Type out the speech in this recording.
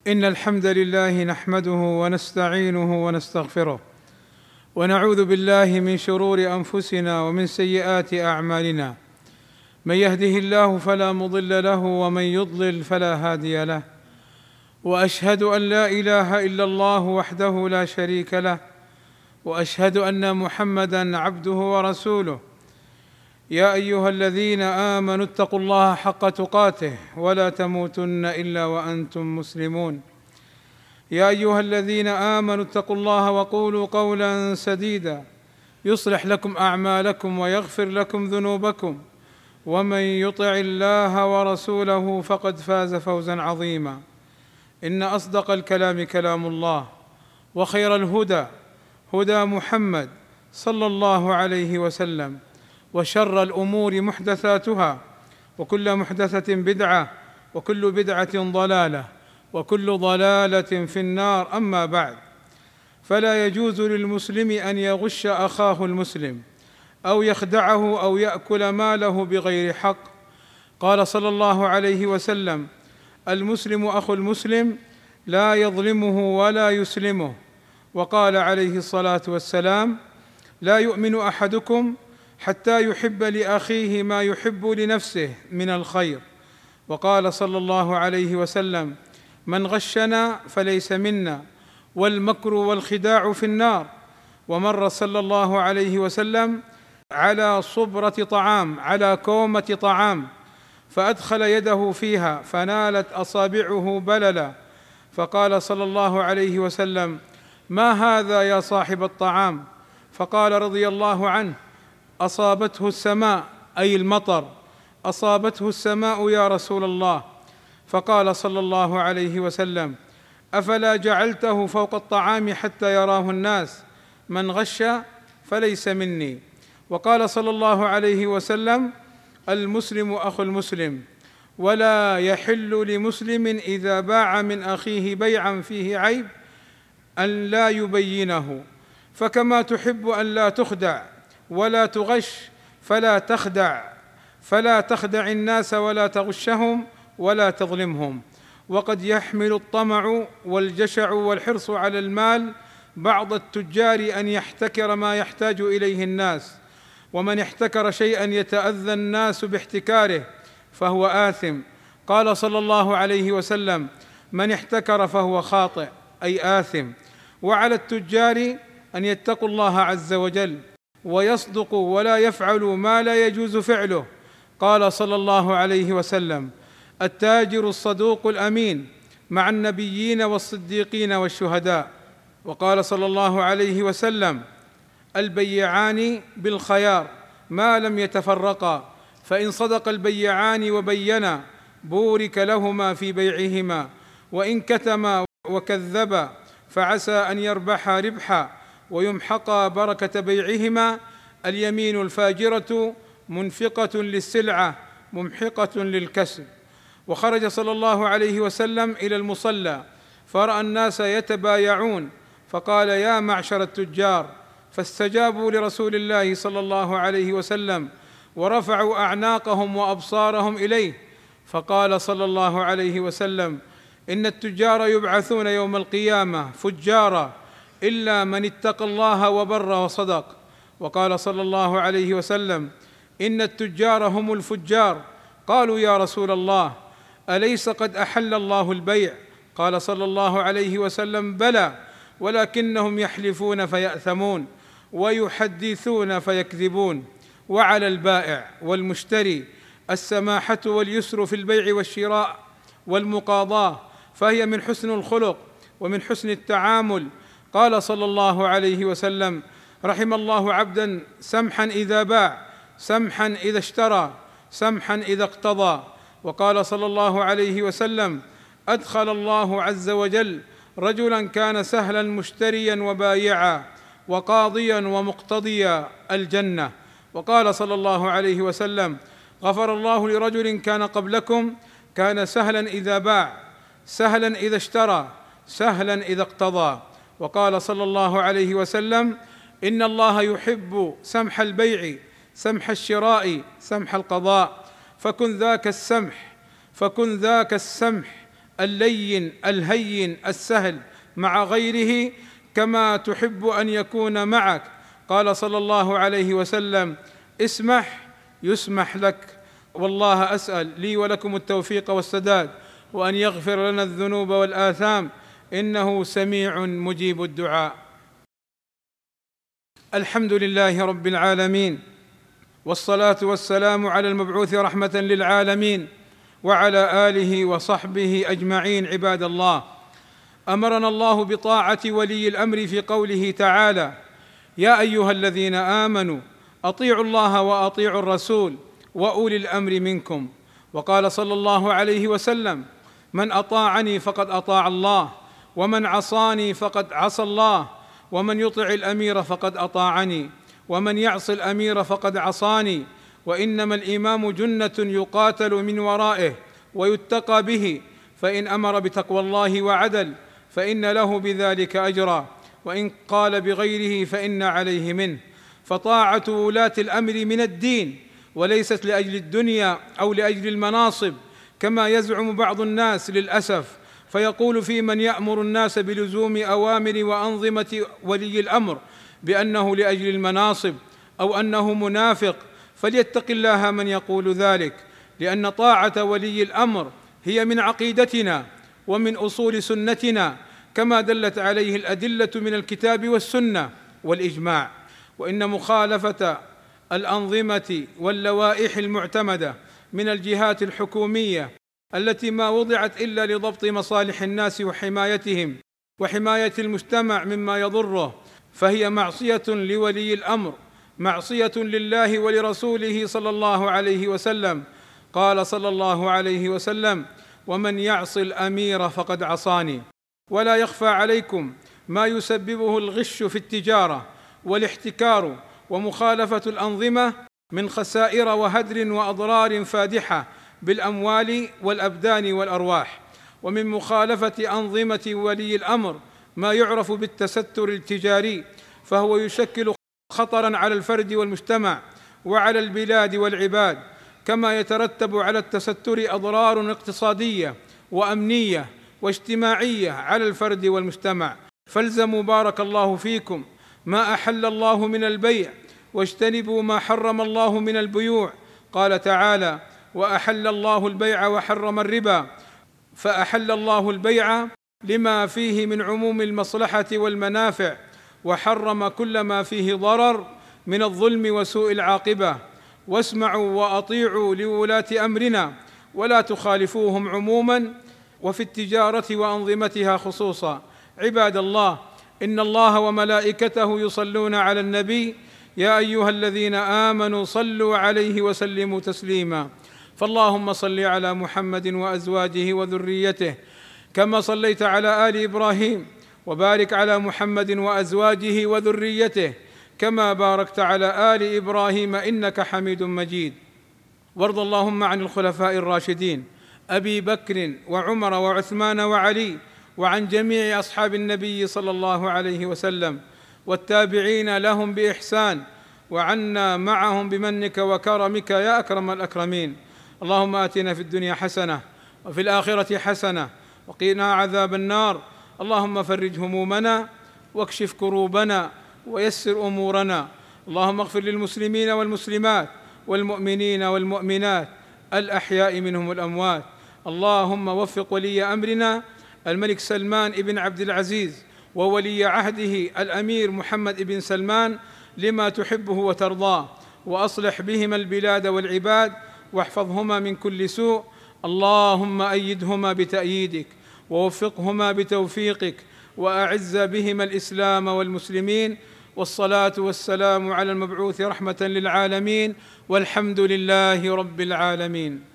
إن الحمد لله نحمده ونستعينه ونستغفره ونعوذ بالله من شرور أنفسنا ومن سيئات أعمالنا. من يهده الله فلا مضل له ومن يضلل فلا هادي له، وأشهد أن لا إله إلا الله وحده لا شريك له، وأشهد أن محمدًا عبده ورسوله. يا أيها الذين آمنوا اتقوا الله حق تقاته ولا تموتن إلا وأنتم مسلمون. يا أيها الذين آمنوا اتقوا الله وقولوا قولا سديدا يصلح لكم أعمالكم ويغفر لكم ذنوبكم، ومن يطع الله ورسوله فقد فاز فوزا عظيما. إن أصدق الكلام كلام الله، وخير الهدى هدى محمد صلى الله عليه وسلم، وشر الأمور محدثاتها، وكل محدثة بدعة، وكل بدعة ضلالة، وكل ضلالة في النار. أما بعد، فلا يجوز للمسلم أن يغش أخاه المسلم أو يخدعه أو يأكل ماله بغير حق. قال صلى الله عليه وسلم: المسلم أخو المسلم لا يظلمه ولا يسلمه. وقال عليه الصلاة والسلام: لا يؤمن أحدكم حتى يحب لأخيه ما يحب لنفسه من الخير. وقال صلى الله عليه وسلم: من غشنا فليس منا، والمكر والخداع في النار. ومر صلى الله عليه وسلم على صبرة طعام، على كومة طعام، فأدخل يده فيها فنالت أصابعه بللا، فقال صلى الله عليه وسلم: ما هذا يا صاحب الطعام؟ فقال رضي الله عنه: أصابته السماء، أي المطر، أصابته السماء يا رسول الله. فقال صلى الله عليه وسلم: أفلا جعلته فوق الطعام حتى يراه الناس؟ من غش فليس مني. وقال صلى الله عليه وسلم: المسلم أخو المسلم، ولا يحل لمسلم إذا باع من أخيه بيعا فيه عيب أن لا يبينه. فكما تحب أن لا تخدع ولا تغش فلا تخدع الناس ولا تغشهم ولا تظلمهم. وقد يحمل الطمع والجشع والحرص على المال بعض التجار أن يحتكر ما يحتاج إليه الناس، ومن احتكر شيئا يتأذى الناس باحتكاره فهو آثم. قال صلى الله عليه وسلم: من احتكر فهو خاطئ، أي آثم. وعلى التجار أن يتقوا الله عز وجل ويصدقوا ولا يفعلوا ما لا يجوز فعله. قال صلى الله عليه وسلم: التاجر الصدوق الأمين مع النبيين والصديقين والشهداء. وقال صلى الله عليه وسلم: البيعان بالخيار ما لم يتفرقا، فإن صدق البيعان وبينا بورك لهما في بيعهما، وإن كتما وكذبا فعسى أن يربحا ربحا ويمحقا بركة بيعهما. اليمين الفاجرة منفقة للسلعة ممحقة للكسب. وخرج صلى الله عليه وسلم إلى المصلى فرأى الناس يتبايعون، فقال: يا معشر التجار، فاستجابوا لرسول الله صلى الله عليه وسلم ورفعوا أعناقهم وأبصارهم إليه. فقال صلى الله عليه وسلم: إن التجار يبعثون يوم القيامة فجارا إلا من اتقى الله وبر وصدق. وقال صلى الله عليه وسلم: إن التجار هم الفجار. قالوا: يا رسول الله، أليس قد أحل الله البيع؟ قال صلى الله عليه وسلم: بلى، ولكنهم يحلفون فيأثمون ويحدثون فيكذبون. وعلى البائع والمشتري السماحة واليسر في البيع والشراء والمقاضاة، فهي من حسن الخلق ومن حسن التعامل. قال صلى الله عليه وسلم: رحم الله عبدا سمحا إذا باع، سمحا إذا اشترى، سمحا إذا اقتضى. وقال صلى الله عليه وسلم: أدخل الله عز وجل رجلا كان سهلا مشتريا وبايعا وقاضيا ومقتضيا الجنة. وقال صلى الله عليه وسلم: غفر الله لرجل كان قبلكم كان سهلا إذا باع، سهلا إذا اشترى، سهلا إذا اقتضى. وقال صلى الله عليه وسلم: إن الله يحب سمح البيع، سمح الشراء، سمح القضاء. فكن ذاك السمح اللين الهين السهل مع غيره كما تحب ان يكون معك. قال صلى الله عليه وسلم: اسمح يسمح لك. والله اسال لي ولكم التوفيق والسداد، وان يغفر لنا الذنوب والاثام، انه سميع مجيب الدعاء. الحمد لله رب العالمين، والصلاه والسلام على المبعوث رحمه للعالمين وعلى اله وصحبه اجمعين. عباد الله، امرنا الله بطاعه ولي الامر في قوله تعالى: يا ايها الذين امنوا اطيعوا الله واطيعوا الرسول واولي الامر منكم. وقال صلى الله عليه وسلم: من اطاعني فقد اطاع الله، ومن عصاني فقد عصى الله، ومن يطع الامير فقد اطاعني، ومن يعص الامير فقد عصاني. وانما الامام جنه يقاتل من ورائه ويتقى به، فان امر بتقوى الله وعدل فان له بذلك اجرا، وان قال بغيره فان عليه منه. فطاعه ولاه الامر من الدين، وليست لاجل الدنيا او لاجل المناصب كما يزعم بعض الناس للاسف، فيقول في من يامر الناس بلزوم اوامر وانظمه ولي الامر بانه لاجل المناصب او انه منافق. فليتق الله من يقول ذلك، لان طاعه ولي الامر هي من عقيدتنا ومن اصول سنتنا، كما دلت عليه الادله من الكتاب والسنه والاجماع. وان مخالفه الانظمه واللوائح المعتمده من الجهات الحكوميه التي ما وضعت الا لضبط مصالح الناس وحمايتهم وحمايه المجتمع مما يضره، فهي معصيه لولي الامر، معصيه لله ولرسوله صلى الله عليه وسلم. قال صلى الله عليه وسلم: ومن يعص الامير فقد عصاني. ولا يخفى عليكم ما يسببه الغش في التجاره والاحتكار ومخالفه الانظمه من خسائر وهدر واضرار فادحه بالاموال والابدان والارواح. ومن مخالفه انظمه ولي الامر ما يعرف بالتستر التجاري، فهو يشكل خطرا على الفرد والمجتمع وعلى البلاد والعباد، كما يترتب على التستر اضرار اقتصاديه وامنيه واجتماعيه على الفرد والمجتمع. فالزموا بارك الله فيكم ما احل الله من البيع، واجتنبوا ما حرم الله من البيوع. قال تعالى: واحل الله البيع وحرم الربا. فاحل الله البيع لما فيه من عموم المصلحه والمنافع، وحرم كل ما فيه ضرر من الظلم وسوء العاقبه. واسمعوا واطيعوا لولاه امرنا، ولا تخالفوهم عموما وفي التجاره وانظمتها خصوصا. عباد الله، ان الله وملائكته يصلون على النبي، يا ايها الذين امنوا صلوا عليه وسلموا تسليما. فاللهم صل على محمد وازواجه وذريته كما صليت على ال ابراهيم، وبارك على محمد وازواجه وذريته كما باركت على ال ابراهيم انك حميد مجيد. وارض اللهم عن الخلفاء الراشدين ابي بكر وعمر وعثمان وعلي، وعن جميع اصحاب النبي صلى الله عليه وسلم، والتابعين لهم باحسان، وعنا معهم بمنك وكرمك يا اكرم الاكرمين. اللهم آتنا في الدنيا حسنه وفي الاخره حسنه وقنا عذاب النار. اللهم فرج همومنا واكشف كروبنا ويسر امورنا. اللهم اغفر للمسلمين والمسلمات والمؤمنين والمؤمنات الاحياء منهم والاموات. اللهم وفق ولي امرنا الملك سلمان بن عبد العزيز وولي عهده الامير محمد بن سلمان لما تحبه وترضاه، واصلح بهما البلاد والعباد، واحفظهما من كل سوء. اللهم ايدهما بتاييدك، ووفقهما بتوفيقك، واعز بهما الاسلام والمسلمين. والصلاه والسلام على المبعوث رحمه للعالمين، والحمد لله رب العالمين.